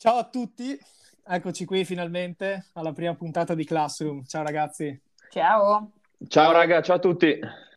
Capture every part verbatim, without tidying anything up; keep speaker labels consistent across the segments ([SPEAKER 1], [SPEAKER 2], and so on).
[SPEAKER 1] Ciao a tutti, eccoci qui finalmente alla prima puntata di Classroom. Ciao ragazzi.
[SPEAKER 2] Ciao.
[SPEAKER 3] Ciao raga, ciao a tutti.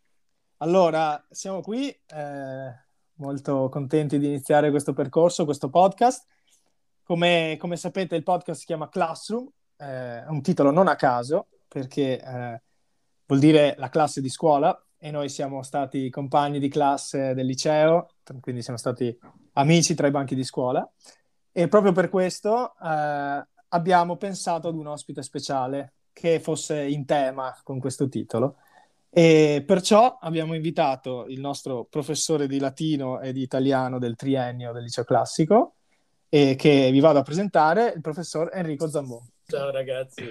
[SPEAKER 1] Allora, siamo qui, eh, molto contenti di iniziare questo percorso, questo podcast. Come, come sapete il podcast si chiama Classroom, eh, è un titolo non a caso perché eh, vuol dire la classe di scuola e noi siamo stati compagni di classe del liceo, quindi siamo stati amici tra i banchi di scuola. E proprio per questo eh, abbiamo pensato ad un ospite speciale che fosse in tema con questo titolo. E perciò abbiamo invitato il nostro professore di latino e di italiano del triennio del liceo classico, e che vi vado a presentare, il professor Enrico Zambon.
[SPEAKER 4] Ciao ragazzi.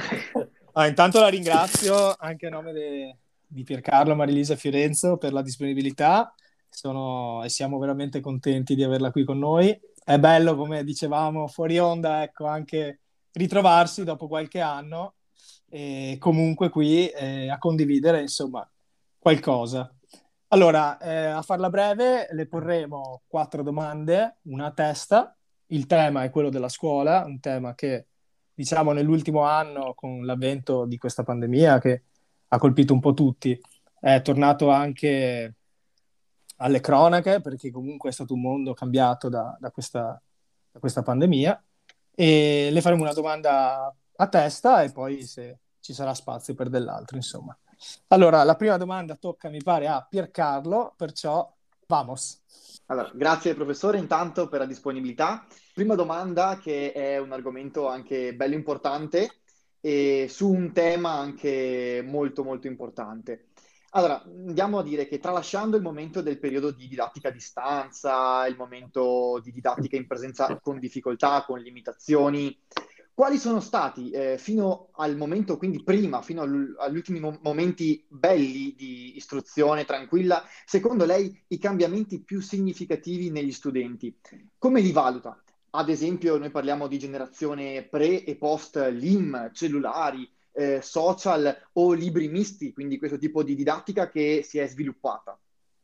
[SPEAKER 1] Ah, intanto la ringrazio anche a nome de- di Piercarlo, Marilisa e Fiorenzo per la disponibilità. Sono, e siamo veramente contenti di averla qui con noi. È bello, come dicevamo fuori onda, ecco, anche ritrovarsi dopo qualche anno e comunque qui eh, a condividere, insomma, qualcosa. Allora, eh, a farla breve, le porremo quattro domande, una a testa. Il tema è quello della scuola, un tema che, diciamo, nell'ultimo anno, con l'avvento di questa pandemia che ha colpito un po' tutti, è tornato anche alle cronache, perché comunque è stato un mondo cambiato da, da questa, da questa pandemia. E le faremo una domanda a testa e poi se ci sarà spazio per dell'altro, insomma. Allora, la prima domanda tocca, mi pare, a Piercarlo, perciò vamos.
[SPEAKER 2] Allora, grazie professore intanto per la disponibilità. Prima domanda, che è un argomento anche bello importante e su un tema anche molto molto importante. Allora, andiamo a dire che tralasciando il momento del periodo di didattica a distanza, il momento di didattica in presenza con difficoltà, con limitazioni, quali sono stati eh, fino al momento, quindi prima, fino all- agli ultimi mo- momenti belli di istruzione tranquilla, secondo lei i cambiamenti più significativi negli studenti? Come li valuta? Ad esempio, noi parliamo di generazione pre e post L I M, cellulari, eh, social o libri misti, quindi questo tipo di didattica che si è sviluppata.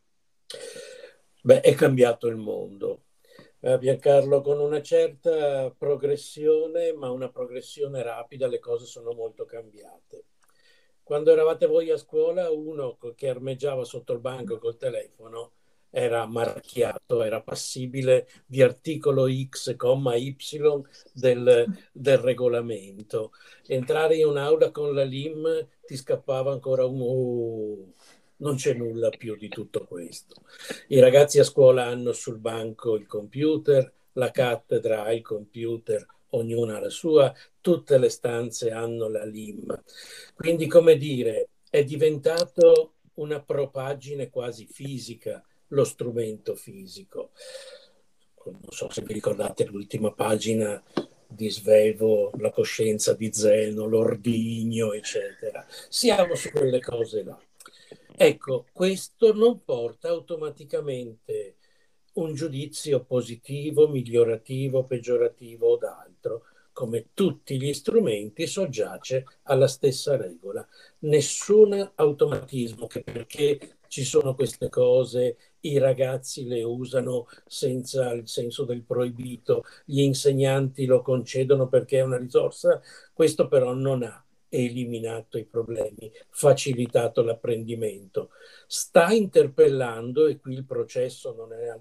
[SPEAKER 4] Beh, è cambiato il mondo. Eh, Piercarlo, con una certa progressione, ma una progressione rapida, le cose sono molto cambiate. Quando eravate voi a scuola, uno che armeggiava sotto il banco col telefono era marchiato, era passibile di articolo X, comma Y del, del regolamento. Entrare in un'aula con la L I M ti scappava ancora un oh, non c'è nulla più di tutto questo. I ragazzi a scuola hanno sul banco il computer, la cattedra ha il computer, ognuna ha la sua, tutte le stanze hanno la L I M. Quindi, come dire, è diventato una propaggine quasi fisica lo strumento fisico. Non so se vi ricordate l'ultima pagina di Svevo, la coscienza di Zeno, l'ordigno, eccetera. Siamo su quelle cose là. Ecco, questo non porta automaticamente un giudizio positivo, migliorativo, peggiorativo o d'altro. Come tutti gli strumenti soggiace alla stessa regola. Nessun automatismo che perché ci sono queste cose i ragazzi le usano senza il senso del proibito, gli insegnanti lo concedono perché è una risorsa, questo però non ha eliminato i problemi, facilitato l'apprendimento. Sta interpellando, e qui il processo non è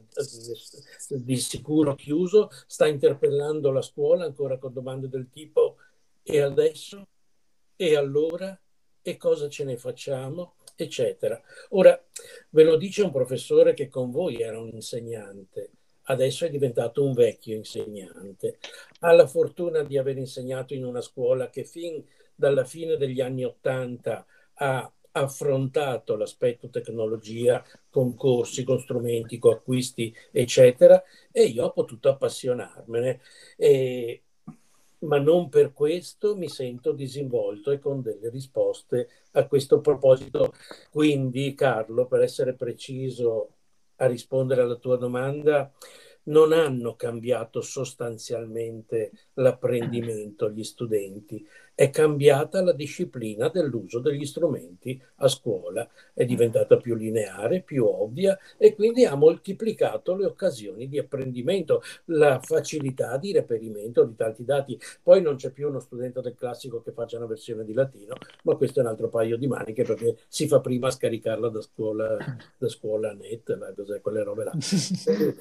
[SPEAKER 4] di sicuro chiuso, sta interpellando la scuola ancora con domande del tipo e adesso? E allora? E cosa ce ne facciamo? Eccetera. Ora, ve lo dice un professore che con voi era un insegnante, adesso è diventato un vecchio insegnante. Ha la fortuna di aver insegnato in una scuola che fin dalla fine degli anni Ottanta ha affrontato l'aspetto tecnologia con corsi, con strumenti, con acquisti, eccetera, e io ho potuto appassionarmene. E, ma non per questo mi sento disinvolto e con delle risposte a questo proposito. Quindi, Carlo, per essere preciso a rispondere alla tua domanda, non hanno cambiato sostanzialmente l'apprendimento gli studenti. è cambiata la disciplina dell'uso degli strumenti a scuola, è diventata più lineare, più ovvia e quindi ha moltiplicato le occasioni di apprendimento, la facilità di reperimento di tanti dati. Poi non c'è più uno studente del classico che faccia una versione di latino, ma questo è un altro paio di maniche perché si fa prima a scaricarla da scuola, da scuola net, la, cos'è, quelle robe là. E,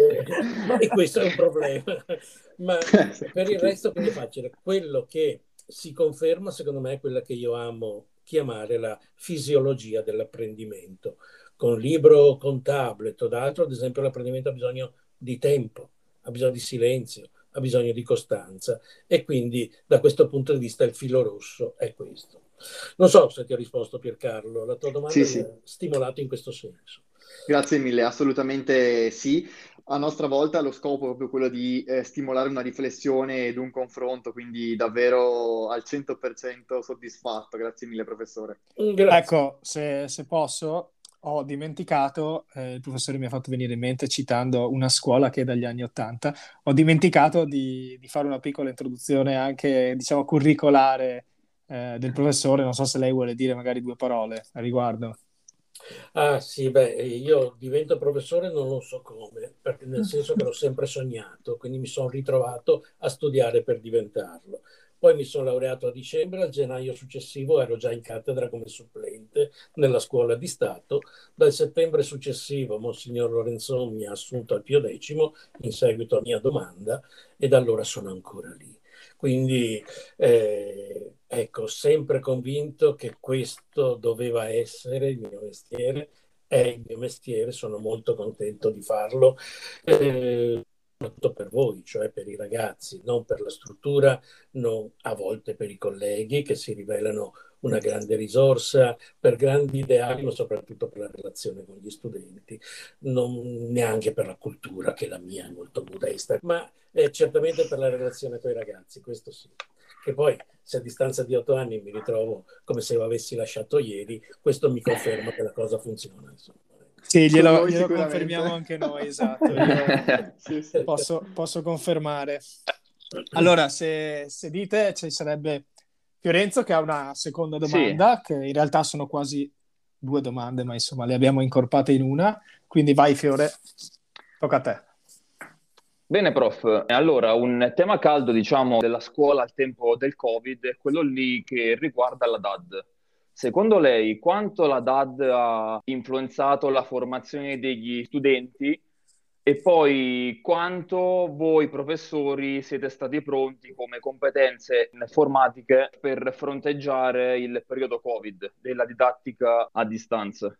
[SPEAKER 4] e, e questo è un problema. Ma per il resto quindi è facile. Quello che si conferma, secondo me, è quella che io amo chiamare la fisiologia dell'apprendimento. Con libro, con tablet o d'altro, ad esempio, l'apprendimento ha bisogno di tempo, ha bisogno di silenzio, ha bisogno di costanza e quindi da questo punto di vista il filo rosso è questo. Non so se ti ho risposto, Piercarlo, la tua domanda
[SPEAKER 2] Sì,
[SPEAKER 4] mi
[SPEAKER 2] sì.
[SPEAKER 4] ha stimolato in questo senso.
[SPEAKER 2] Grazie mille, assolutamente sì. A nostra volta lo scopo è proprio quello di eh, stimolare una riflessione ed un confronto, quindi davvero al cento per cento soddisfatto. Grazie mille, professore.
[SPEAKER 4] Grazie.
[SPEAKER 1] Ecco, se, se posso, ho dimenticato, eh, il professore mi ha fatto venire in mente citando una scuola che è dagli anni Ottanta, ho dimenticato di, di fare una piccola introduzione anche, diciamo, curricolare eh, del professore. Non so se lei vuole dire magari due parole a riguardo.
[SPEAKER 4] Ah sì, beh, io divento professore non lo so come, perché nel senso che l'ho sempre sognato, quindi mi sono ritrovato a studiare per diventarlo. Poi mi sono laureato a dicembre, al gennaio successivo ero già in cattedra come supplente nella scuola di Stato. Dal settembre successivo Monsignor Lorenzo mi ha assunto al Pio Decimo in seguito a mia domanda e da allora sono ancora lì. Quindi eh, ecco, sempre convinto che questo doveva essere il mio mestiere, è il mio mestiere, sono molto contento di farlo, eh, soprattutto per voi, cioè per i ragazzi, non per la struttura, non a volte per i colleghi che si rivelano una grande risorsa, per grandi ideali, ma soprattutto per la relazione con gli studenti, non neanche per la cultura, che la mia è molto modesta, ma eh, certamente per la relazione con i ragazzi, questo sì. Che poi, se a distanza di otto anni mi ritrovo come se lo avessi lasciato ieri, questo mi conferma che la cosa funziona, insomma.
[SPEAKER 1] Sì,
[SPEAKER 2] Con
[SPEAKER 1] glielo,
[SPEAKER 2] noi
[SPEAKER 1] glielo
[SPEAKER 2] sicuramente.
[SPEAKER 1] confermiamo anche noi, esatto. Io
[SPEAKER 2] Sì, sì.
[SPEAKER 1] posso, posso confermare. Allora, se, se dite, ci sarebbe Fiorenzo che ha una seconda domanda,
[SPEAKER 3] Sì.
[SPEAKER 1] che in realtà sono quasi due domande, ma insomma le abbiamo incorporate in una. Quindi vai, Fiore, tocca a te.
[SPEAKER 3] Bene, prof. Allora, un tema caldo, diciamo, della scuola al tempo del Covid è quello lì che riguarda la D A D. Secondo lei, quanto la D A D ha influenzato la formazione degli studenti e poi quanto voi professori siete stati pronti come competenze informatiche per fronteggiare il periodo Covid della didattica a distanza?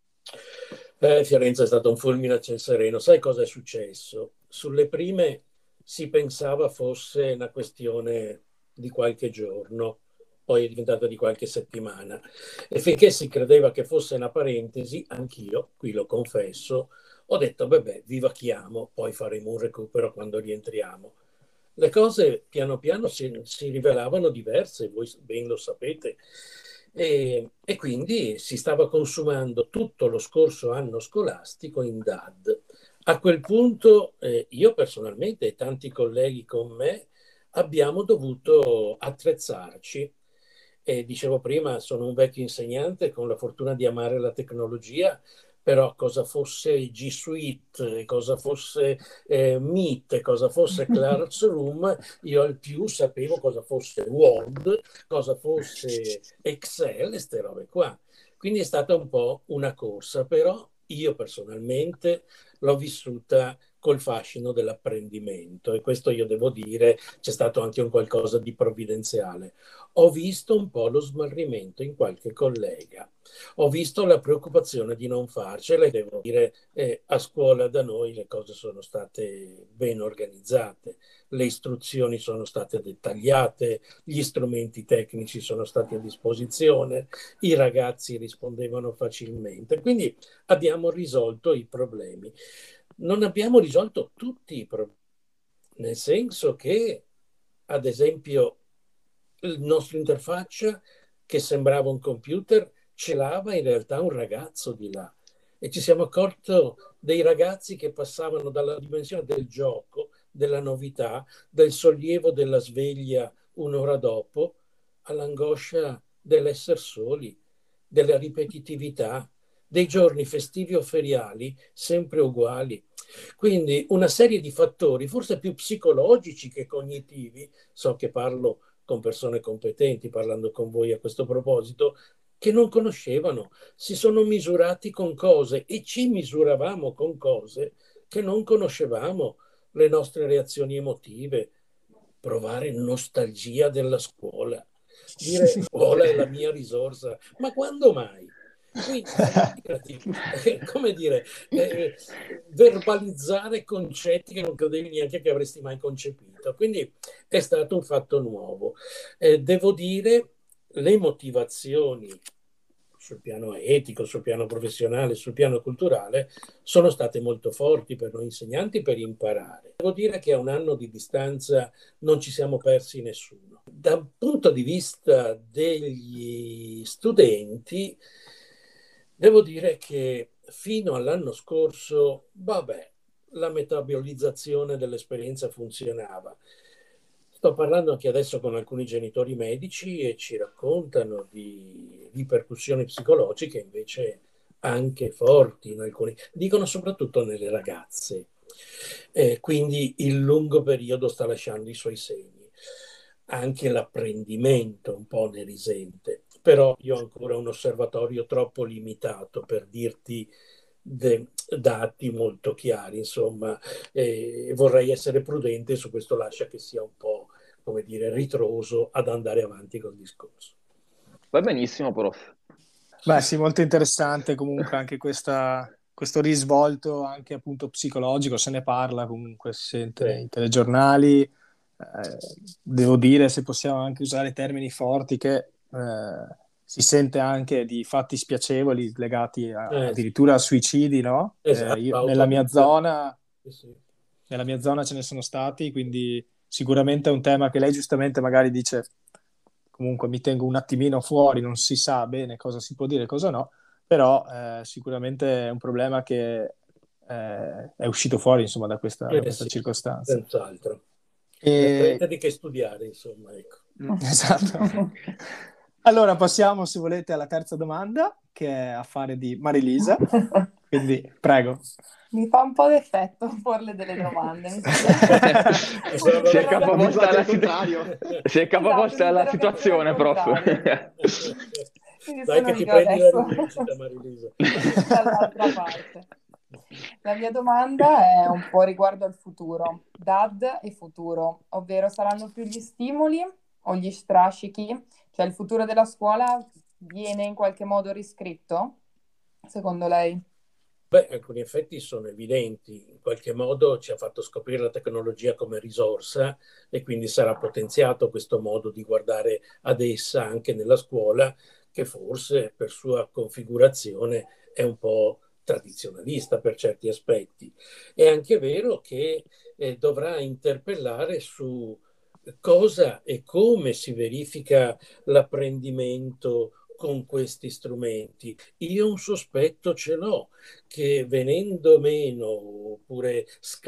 [SPEAKER 4] Eh, Fiorenza è stato un fulmine a ciel sereno. Sai cosa è successo? Sulle prime si pensava fosse una questione di qualche giorno, poi è diventata di qualche settimana. E finché si credeva che fosse una parentesi, anch'io, qui lo confesso, ho detto, vabbè, vivachiamo, poi faremo un recupero quando rientriamo. Le cose piano piano si, si rivelavano diverse, voi ben lo sapete. E, e quindi si stava consumando tutto lo scorso anno scolastico in D A D. A quel punto eh, io personalmente e tanti colleghi con me abbiamo dovuto attrezzarci. E dicevo prima, sono un vecchio insegnante con la fortuna di amare la tecnologia, però cosa fosse G Suite, cosa fosse eh, Meet, cosa fosse Classroom, io al più sapevo cosa fosse Word, cosa fosse Excel e queste robe qua. Quindi è stata un po' una corsa, però io personalmente l'ho vissuta col fascino dell'apprendimento e questo io devo dire c'è stato anche un qualcosa di provvidenziale. Ho visto un po' lo smarrimento in qualche collega, ho visto la preoccupazione di non farcela e devo dire eh, a scuola da noi le cose sono state ben organizzate, le istruzioni sono state dettagliate, gli strumenti tecnici sono stati a disposizione, i ragazzi rispondevano facilmente, quindi abbiamo risolto i problemi. Non abbiamo risolto tutti i problemi, nel senso che, ad esempio, il nostro interfaccia, che sembrava un computer, celava in realtà un ragazzo di là. E ci siamo accorti dei ragazzi che passavano dalla dimensione del gioco, della novità, del sollievo della sveglia un'ora dopo, all'angoscia dell'essere soli, della ripetitività, dei giorni festivi o feriali sempre uguali. Quindi una serie di fattori, forse più psicologici che cognitivi, so che parlo con persone competenti, parlando con voi a questo proposito, che non conoscevano, si sono misurati con cose e ci misuravamo con cose che non conoscevamo, le nostre reazioni emotive, provare nostalgia della scuola, dire scuola è la mia risorsa, ma quando mai? Quindi, come dire, eh, verbalizzare concetti che non credevi neanche che avresti mai concepito. Quindi è stato un fatto nuovo. Eh, devo dire, le motivazioni sul piano etico, sul piano professionale, sul piano culturale, sono state molto forti per noi insegnanti per imparare. Devo dire che a un anno di distanza non ci siamo persi nessuno. Dal punto di vista degli studenti, devo dire che fino all'anno scorso, vabbè, la metabolizzazione dell'esperienza funzionava. Sto parlando anche adesso con alcuni genitori medici e ci raccontano di ripercussioni psicologiche invece anche forti in alcuni, dicono soprattutto nelle ragazze. Eh, quindi il lungo periodo sta lasciando i suoi segni. Anche l'apprendimento un po' ne risente. Però io ho ancora un osservatorio troppo limitato per dirti de- dati molto chiari, insomma, eh, vorrei essere prudente su questo, lascia che sia un po', come dire, ritroso ad andare avanti col discorso.
[SPEAKER 3] Va benissimo, prof.
[SPEAKER 1] Beh, sì, molto interessante comunque anche questa, questo risvolto anche appunto psicologico, se ne parla comunque, si sente
[SPEAKER 4] Sì.
[SPEAKER 1] nei telegiornali. Eh, devo dire, se possiamo anche usare termini forti, che eh, si sente anche di fatti spiacevoli legati a,
[SPEAKER 4] Eh,
[SPEAKER 1] addirittura a suicidi, no?
[SPEAKER 4] Esatto,
[SPEAKER 1] Eh, io, nella mia zona,
[SPEAKER 4] sì, sì.
[SPEAKER 1] nella mia zona ce ne sono stati, quindi sicuramente è un tema che lei giustamente magari dice, comunque mi tengo un attimino fuori, non si sa bene cosa si può dire e cosa no, però eh, sicuramente è un problema che eh, è uscito fuori, insomma, da questa, da
[SPEAKER 4] Eh,
[SPEAKER 1] questa
[SPEAKER 4] sì,
[SPEAKER 1] circostanza.
[SPEAKER 4] senz'altro.
[SPEAKER 1] E...
[SPEAKER 4] Avrete di che studiare, insomma, ecco.
[SPEAKER 1] Esatto. Allora passiamo, se volete, alla terza domanda, che è affare di Marilisa. Quindi, prego.
[SPEAKER 5] Mi fa un po' d'effetto porle delle domande. Mi
[SPEAKER 3] Si è capovolta la,
[SPEAKER 2] contrario.
[SPEAKER 3] si è capovolta
[SPEAKER 5] Esatto,
[SPEAKER 3] la situazione, prof.
[SPEAKER 5] Quindi
[SPEAKER 4] Dai
[SPEAKER 5] sono
[SPEAKER 4] che ti
[SPEAKER 5] io
[SPEAKER 4] prendi
[SPEAKER 5] adesso
[SPEAKER 4] la rivincita, Marilisa.
[SPEAKER 5] dall'altra parte. La mia domanda è un po' riguardo al futuro, D A D e futuro, ovvero saranno più gli stimoli o gli strascichi? Cioè il futuro della scuola viene in qualche modo riscritto, secondo lei?
[SPEAKER 4] Beh, alcuni effetti sono evidenti. In qualche modo ci ha fatto scoprire la tecnologia come risorsa e quindi sarà potenziato questo modo di guardare ad essa anche nella scuola, che forse per sua configurazione è un po' tradizionalista per certi aspetti. È anche vero che eh, dovrà interpellare su cosa e come si verifica l'apprendimento con questi strumenti. Io un sospetto ce l'ho, che venendo meno oppure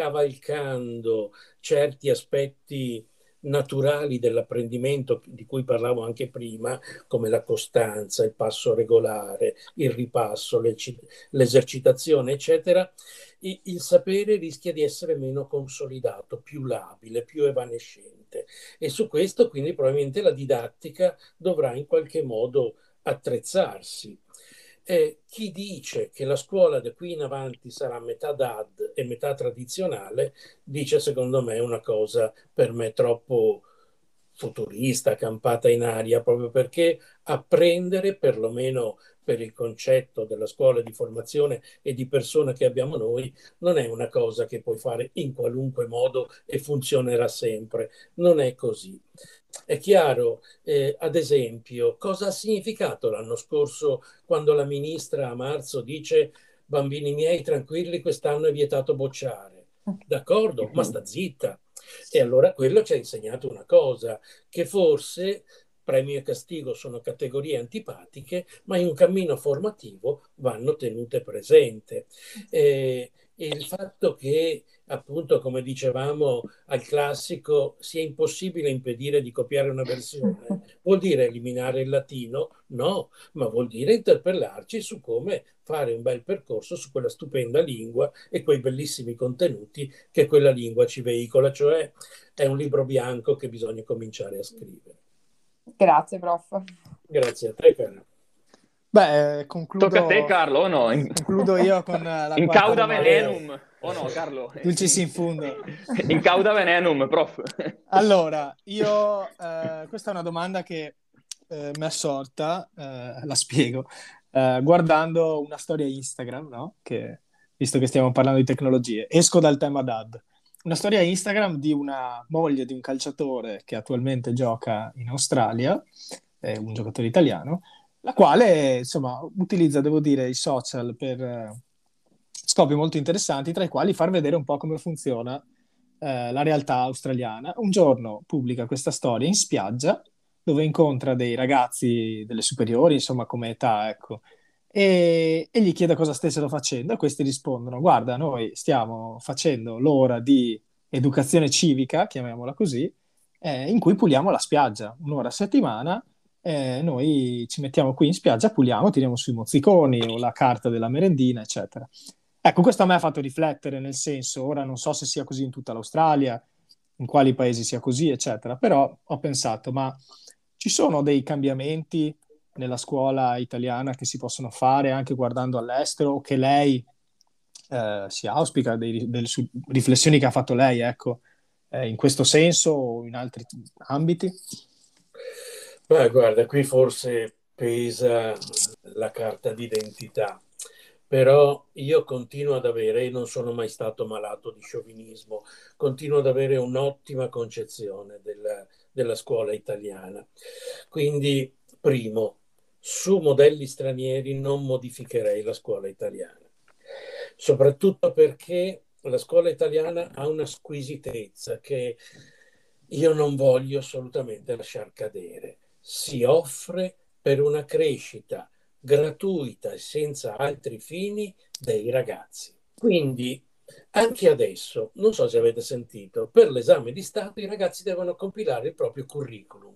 [SPEAKER 4] scavalcando certi aspetti naturali dell'apprendimento di cui parlavo anche prima, come la costanza, il passo regolare, il ripasso, l'esercitazione, eccetera, il sapere rischia di essere meno consolidato, più labile, più evanescente. E su questo quindi probabilmente la didattica dovrà in qualche modo attrezzarsi. Eh, chi dice che la scuola da qui in avanti sarà metà D A D e metà tradizionale dice secondo me una cosa per me troppo futurista, campata in aria, proprio perché apprendere, perlomeno per il concetto della scuola di formazione e di persona che abbiamo noi, non è una cosa che puoi fare in qualunque modo e funzionerà sempre. Non è così. È chiaro, eh, ad esempio, cosa ha significato l'anno scorso quando la ministra a marzo dice bambini miei tranquilli, quest'anno è vietato bocciare. D'accordo, ma sta zitta. E allora quello ci ha insegnato una cosa, che forse premio e castigo sono categorie antipatiche, ma in un cammino formativo vanno tenute presente. Eh, e il fatto che, appunto, come dicevamo al classico, sia impossibile impedire di copiare una versione, vuol dire eliminare il latino? No, ma vuol dire interpellarci su come fare un bel percorso su quella stupenda lingua e quei bellissimi contenuti che quella lingua ci veicola, cioè è un libro bianco che bisogna cominciare a scrivere.
[SPEAKER 5] Grazie, prof.
[SPEAKER 4] Grazie a te, cara.
[SPEAKER 1] Beh, concludo,
[SPEAKER 3] Tocca a te, Carlo, o no? In,
[SPEAKER 1] concludo io con la
[SPEAKER 3] in
[SPEAKER 1] quarta
[SPEAKER 3] cauda
[SPEAKER 1] domanda.
[SPEAKER 3] venenum, o no, Carlo?
[SPEAKER 1] Dulcis in fundo.
[SPEAKER 3] In cauda venenum, prof.
[SPEAKER 1] Allora, io eh, questa è una domanda che eh, mi è sorta, eh, la spiego, eh, guardando una storia Instagram, no? Che, visto che stiamo parlando di tecnologie, esco dal tema D A D. Una storia Instagram di una moglie di un calciatore che attualmente gioca in Australia, è un giocatore italiano, la quale, insomma, utilizza, devo dire, i social per eh, scopi molto interessanti, tra i quali far vedere un po' come funziona eh, la realtà australiana. Un giorno pubblica questa storia in spiaggia, dove incontra dei ragazzi delle superiori, insomma, come età, ecco, e, e gli chiede cosa stessero facendo, e questi rispondono: guarda, noi stiamo facendo l'ora di educazione civica, chiamiamola così, eh, in cui puliamo la spiaggia, un'ora a settimana. Eh, noi ci mettiamo qui in spiaggia, puliamo, tiriamo sui mozziconi o la carta della merendina, eccetera. Ecco, questo a me ha fatto riflettere, nel senso, ora non so se sia così in tutta l'Australia, in quali paesi sia così, eccetera, però ho pensato, ma ci sono dei cambiamenti nella scuola italiana che si possono fare anche guardando all'estero, o che lei eh, si auspica, dei, delle su- riflessioni che ha fatto lei, ecco, eh, in questo senso o in altri ambiti?
[SPEAKER 4] Beh, guarda, qui forse pesa la carta d'identità, però io continuo ad avere, e non sono mai stato malato di sciovinismo, continuo ad avere un'ottima concezione della, della scuola italiana. Quindi, primo, su modelli stranieri non modificherei la scuola italiana, soprattutto perché la scuola italiana ha una squisitezza che io non voglio assolutamente lasciar cadere. Si offre per una crescita gratuita e senza altri fini dei ragazzi. Quindi anche adesso, non so se avete sentito, per l'esame di Stato i ragazzi devono compilare il proprio curriculum.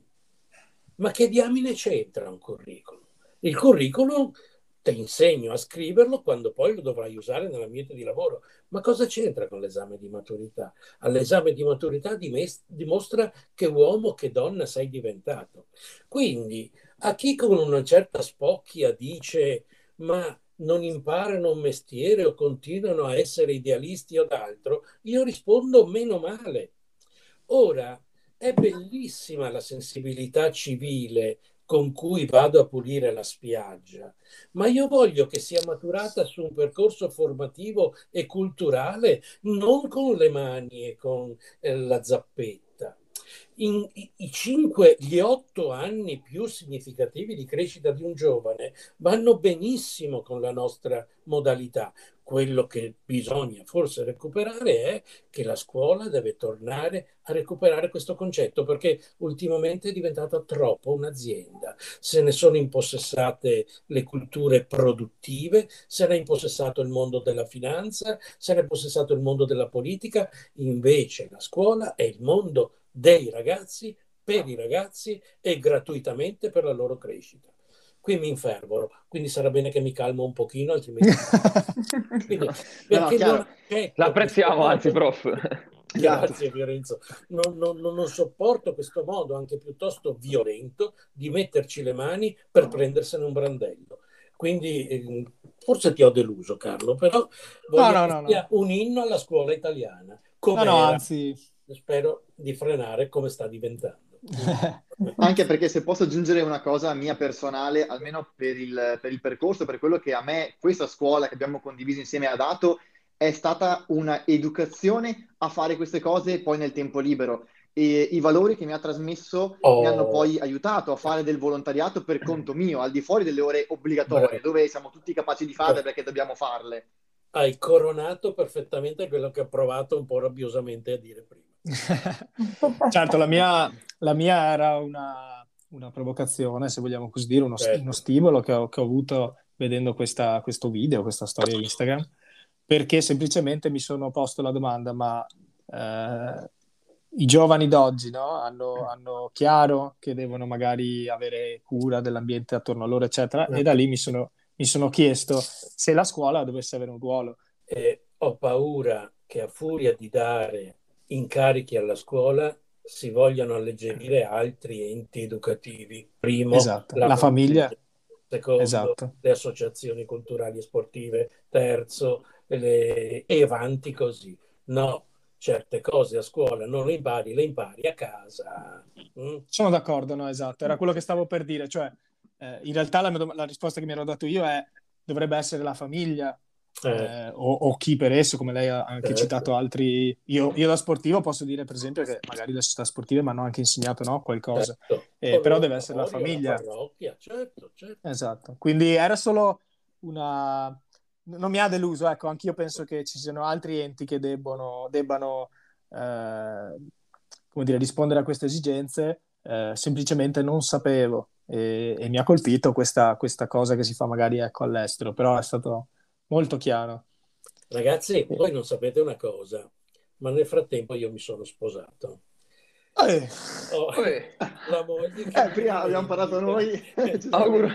[SPEAKER 4] Ma che diamine c'entra un curriculum? Il curriculum ti insegno a scriverlo quando poi lo dovrai usare nell'ambiente di lavoro. Ma cosa c'entra con l'esame di maturità? All'esame di maturità dimostra che uomo, che donna sei diventato. Quindi a chi con una certa spocchia dice ma non imparano un mestiere o continuano a essere idealisti o d'altro, io rispondo meno male. Ora, è bellissima la sensibilità civile con cui vado a pulire la spiaggia, ma io voglio che sia maturata su un percorso formativo e culturale, non con le mani e con eh, la zappetta. In, i, i cinque, gli otto anni più significativi di crescita di un giovane vanno benissimo con la nostra modalità. Quello che bisogna forse recuperare è che la scuola deve tornare a recuperare questo concetto, perché ultimamente è diventata troppo un'azienda. Se ne sono impossessate le culture produttive, se ne è impossessato il mondo della finanza, se ne è impossessato il mondo della politica. Invece la scuola è il mondo dei ragazzi, per i ragazzi e gratuitamente per la loro crescita. Qui mi infervoro, quindi sarà bene che mi calmo un pochino, altrimenti... quindi, perché
[SPEAKER 2] no, no,
[SPEAKER 4] non accetto
[SPEAKER 3] l'apprezziamo, anzi, prof.
[SPEAKER 4] Grazie Fiorenzo. Non, non, non sopporto questo modo anche piuttosto violento di metterci le mani per prendersene un brandello. Quindi eh, forse ti ho deluso, Carlo, però voglio
[SPEAKER 1] no, no,
[SPEAKER 4] che
[SPEAKER 1] no,
[SPEAKER 4] sia
[SPEAKER 1] no.
[SPEAKER 4] un inno alla scuola italiana. Come
[SPEAKER 1] No, no,
[SPEAKER 4] era.
[SPEAKER 1] anzi...
[SPEAKER 4] Spero di frenare come sta diventando.
[SPEAKER 2] Anche perché, se posso aggiungere una cosa mia personale, almeno per il, per il percorso, per quello che a me questa scuola che abbiamo condiviso insieme ha dato, è stata una educazione a fare queste cose poi nel tempo libero. E i valori che mi ha trasmesso
[SPEAKER 4] Oh.
[SPEAKER 2] mi hanno poi aiutato a fare del volontariato per conto mio, al di fuori delle ore obbligatorie,
[SPEAKER 4] Bravo.
[SPEAKER 2] dove siamo tutti capaci di farle
[SPEAKER 4] Bravo.
[SPEAKER 2] perché dobbiamo farle.
[SPEAKER 4] Hai coronato perfettamente quello che ho provato un po' rabbiosamente a dire prima.
[SPEAKER 1] Certo, la mia, la mia era una, una provocazione, se vogliamo così dire, uno,
[SPEAKER 4] Certo.
[SPEAKER 1] uno stimolo che ho, che ho avuto vedendo questa, questo video, questa storia Instagram, perché semplicemente mi sono posto la domanda, ma eh, i giovani d'oggi, no? hanno, hanno chiaro che devono magari avere cura dell'ambiente attorno a loro, eccetera, e da lì mi sono, mi sono chiesto se la scuola dovesse avere un ruolo.
[SPEAKER 4] E ho paura che a furia di dare incarichi alla scuola si vogliano alleggerire altri enti educativi. Primo,
[SPEAKER 1] Esatto, la, la famiglia.
[SPEAKER 4] Secondo,
[SPEAKER 1] esatto.
[SPEAKER 4] le associazioni culturali e sportive. Terzo, le... e avanti così. No, certe cose a scuola non le impari, le impari a casa. Mm?
[SPEAKER 1] Sono d'accordo, no, esatto. Era quello che stavo per dire. Cioè, eh, in realtà la, la risposta che mi ero dato io è dovrebbe essere la famiglia. Eh. Eh, o, o chi per esso, come lei ha anche certo. citato altri. Io, io da sportivo posso dire per esempio che magari le società sportive mi hanno anche insegnato, no, qualcosa,
[SPEAKER 4] certo.
[SPEAKER 1] eh, però deve essere la famiglia,
[SPEAKER 4] la parrocchia, certo, certo.
[SPEAKER 1] Esatto, quindi era solo una, non mi ha deluso, ecco, anch'io penso che ci siano altri enti che debbono, debbano eh, come dire, rispondere a queste esigenze, eh, semplicemente non sapevo e, e mi ha colpito questa, questa cosa che si fa magari, ecco, all'estero, però è stato molto chiaro.
[SPEAKER 4] Ragazzi, voi non sapete una cosa, ma nel frattempo io mi sono sposato.
[SPEAKER 1] Eh.
[SPEAKER 4] Oh, la moglie che
[SPEAKER 2] eh, prima abbiamo parlato noi.
[SPEAKER 3] Auguro.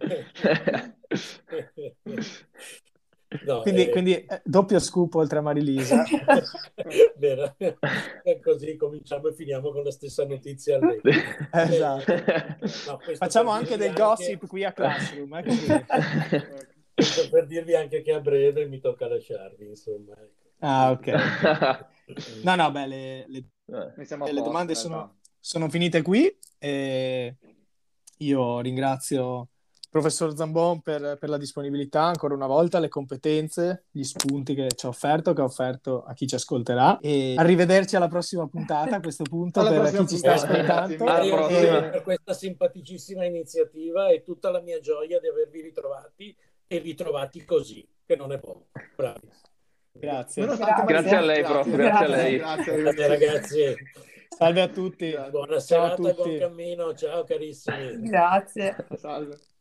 [SPEAKER 4] No,
[SPEAKER 1] quindi,
[SPEAKER 4] eh...
[SPEAKER 1] quindi eh, doppio scoop oltre a Marilisa.
[SPEAKER 4] Vero. E così cominciamo e finiamo con la stessa notizia.
[SPEAKER 1] Esatto.
[SPEAKER 4] Eh, no,
[SPEAKER 1] facciamo anche del
[SPEAKER 4] anche...
[SPEAKER 1] gossip qui a Classroom. Eh,
[SPEAKER 4] questo per dirvi anche che a breve mi tocca lasciarvi, insomma.
[SPEAKER 1] Ah, ok. No, no, beh, le, le,
[SPEAKER 2] le
[SPEAKER 1] posto, domande sono, sono finite qui. E io ringrazio il professor Zambon per, per la disponibilità, ancora una volta, le competenze, gli spunti che ci ha offerto, che ha offerto a chi ci ascolterà. E arrivederci alla prossima puntata a questo punto
[SPEAKER 2] alla
[SPEAKER 1] per chi
[SPEAKER 2] puntata.
[SPEAKER 1] ci sta ascoltando.
[SPEAKER 4] Grazie per questa simpaticissima iniziativa e tutta la mia gioia di avervi ritrovati e ritrovati così, che non è poco. Bravi.
[SPEAKER 1] Grazie.
[SPEAKER 3] Grazie. Grazie a lei, prof. Grazie, grazie a lei.
[SPEAKER 4] Grazie, grazie ragazzi.
[SPEAKER 1] Salve a tutti.
[SPEAKER 4] Buona
[SPEAKER 1] Ciao
[SPEAKER 4] serata
[SPEAKER 1] a tutti.
[SPEAKER 4] e buon cammino. Ciao carissimi.
[SPEAKER 5] Grazie.
[SPEAKER 2] Salve.